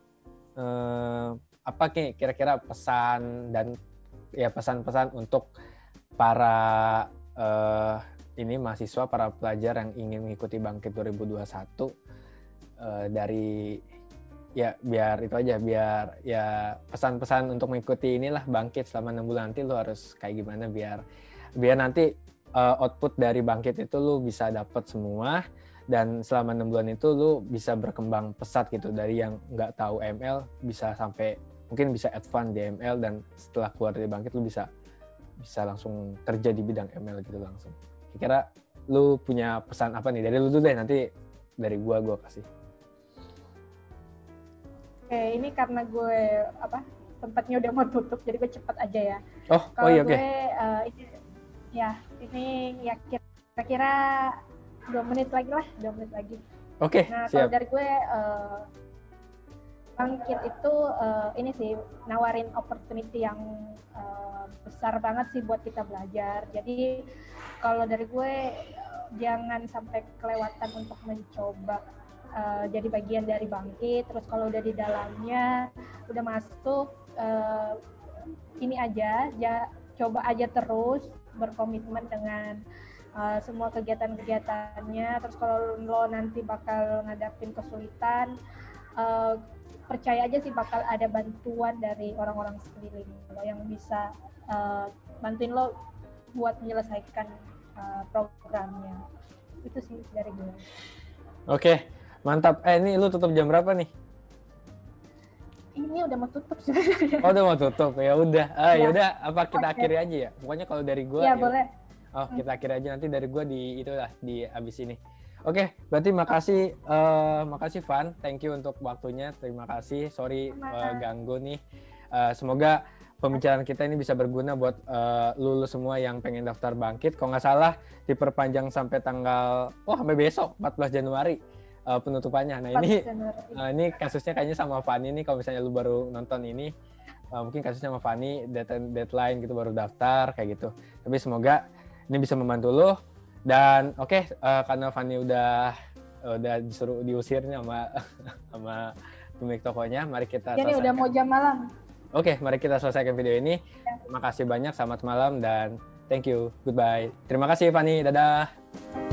apa kira-kira pesan dan ya pesan-pesan untuk para ini mahasiswa, para pelajar yang ingin mengikuti Bangkit 2021 dari ya biar itu aja, biar ya pesan-pesan untuk mengikuti inilah Bangkit selama 6 bulan nanti lu harus kayak gimana biar nanti output dari Bangkit itu lu bisa dapat semua, dan selama 6 bulan itu lu bisa berkembang pesat gitu, dari yang nggak tahu ML bisa sampai mungkin bisa advance di ML, dan setelah keluar dari Bangkit lu bisa langsung kerja di bidang ML gitu langsung. Kira-kira lu punya pesan apa nih dari lu dulu deh, nanti dari gua kasih. Oke, ini karena gue tempatnya udah mau tutup, jadi gue cepat aja ya. Oh iya, oke. Ini kira-kira 2 menit lagi lah, 2 menit lagi. Oke, nah, siap. Kalau dari gue Bangkit itu ini sih nawarin opportunity yang besar banget sih buat kita belajar. Jadi kalau dari gue jangan sampai kelewatan untuk mencoba jadi bagian dari Bangkit. Terus kalau udah di dalamnya, udah masuk, ini aja, coba aja terus, berkomitmen dengan semua kegiatan-kegiatannya. Terus kalau lo nanti bakal ngadapin kesulitan, percaya aja sih bakal ada bantuan dari orang-orang sekeliling lo yang bisa bantuin lo buat menyelesaikan programnya. Itu sih dari gue. Oke. Mantap. Ini lu tutup jam berapa nih? Ini udah mau tutup sebenarnya. Oh, udah mau tutup. Ya udah. Ya udah, apa kita akhiri aja ya? Pokoknya kalau dari gua ya boleh. Oh, kita akhiri aja, nanti dari gua di abis ini. Oke, berarti makasih Van. Thank you untuk waktunya. Terima kasih. Sorry ganggu nih. Semoga pembicaraan kita ini bisa berguna buat lu semua yang pengen daftar Bangkit. Kalau nggak salah diperpanjang sampai tanggal sampai besok 14 Januari. Penutupannya. Nah ini kasusnya kayaknya sama Fani nih, kalau misalnya lu baru nonton ini mungkin kasusnya sama Fani, deadline gitu baru daftar kayak gitu. Tapi semoga ini bisa membantu lu, dan karena Fani udah disuruh diusir nih sama pemilik tokonya, mari kita selesaikan. Ini udah mau jam malam. Oke, mari kita selesaikan video ini. Terima kasih banyak, selamat malam dan thank you, goodbye. Terima kasih Fani, dadah.